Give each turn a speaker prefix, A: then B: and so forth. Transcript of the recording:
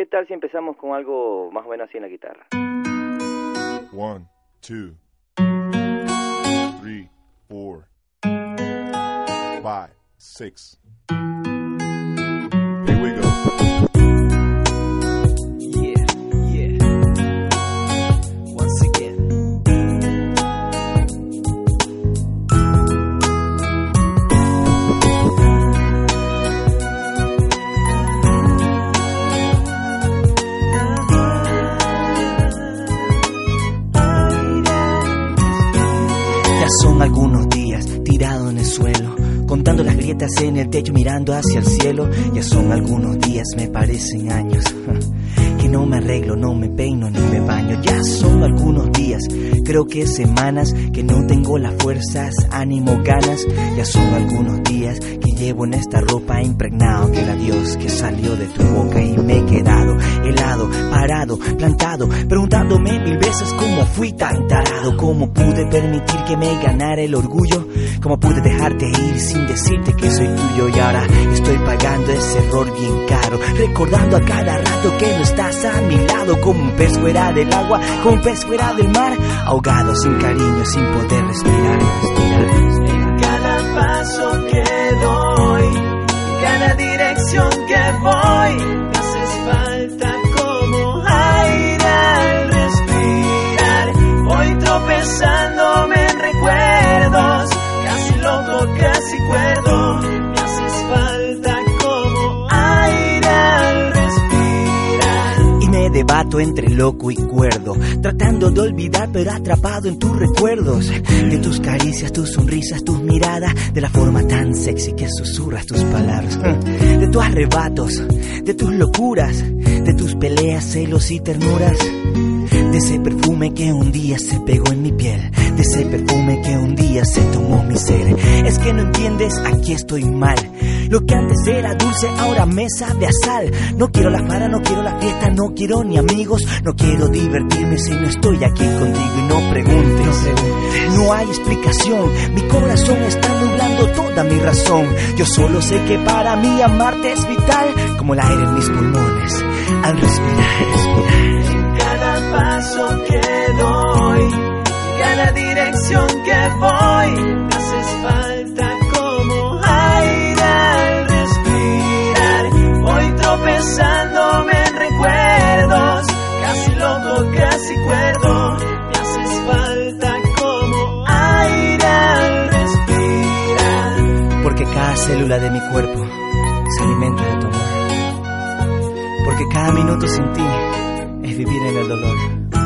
A: ¿Qué tal si empezamos con algo más o menos así en la guitarra?
B: 1, 2, 3, 4, 5, 6. Here we go.
C: Son algunos días tirado en el suelo, contando las grietas en el techo, mirando hacia el cielo. Ya son algunos días, me parecen años, que no me arreglo, no me peino ni me baño. Ya son algunos días, creo que semanas, que no tengo las fuerzas, ánimo, ganas. Ya son algunos días que llevo en esta ropa impregnado que el adiós que salió de tu boca, y me he quedado helado, parado, plantado, preguntándome 1000 veces cómo fui tan tarado, cómo pude permitir que me ganara el orgullo, cómo pude dejarte ir sin decirte que soy tuyo. Y ahora estoy pagando ese error bien caro, recordando a cada rato que no estás a mi lado, como un pez fuera del agua, como un pez fuera del mar, ahogado, sin cariño, sin poder respirar.
D: En cada paso que doy, en cada dirección que voy, me haces falta como aire al respirar. Voy tropezándome en recuerdos, casi loco, casi cuerdo. Me haces falta como aire al respirar.
C: Y me debato entre loco y cuerdo, tratando de olvidar pero atrapado en tus recuerdos, de tus caricias, tus sonrisas, tus miradas, de la forma tan sexy que susurras tus palabras, de tus arrebatos, de tus locuras, de tus peleas, celos y ternuras, de ese perfume que un día se pegó en mi piel, de ese perfume que un día se tomó mi ser. Es que no entiendes, aquí estoy mal. Lo que antes era dulce ahora me sabe a sal. No quiero la farra, no quiero la fiesta, no quiero ni amigos, no quiero divertirme si no estoy aquí contigo. Y no preguntes, no hay explicación, mi corazón está nublando toda mi razón. Yo solo sé que para mí amarte es vital, como el aire en mis pulmones al respirar.
D: En cada paso que doy, en cada dirección que voy, me haces falta como aire al respirar. Voy tropezándome en recuerdos, casi loco, casi cuerdo. Me haces falta como aire al respirar.
C: Porque cada célula de mi cuerpo se alimenta de tu amor, porque cada minuto sin ti es vivir en el dolor.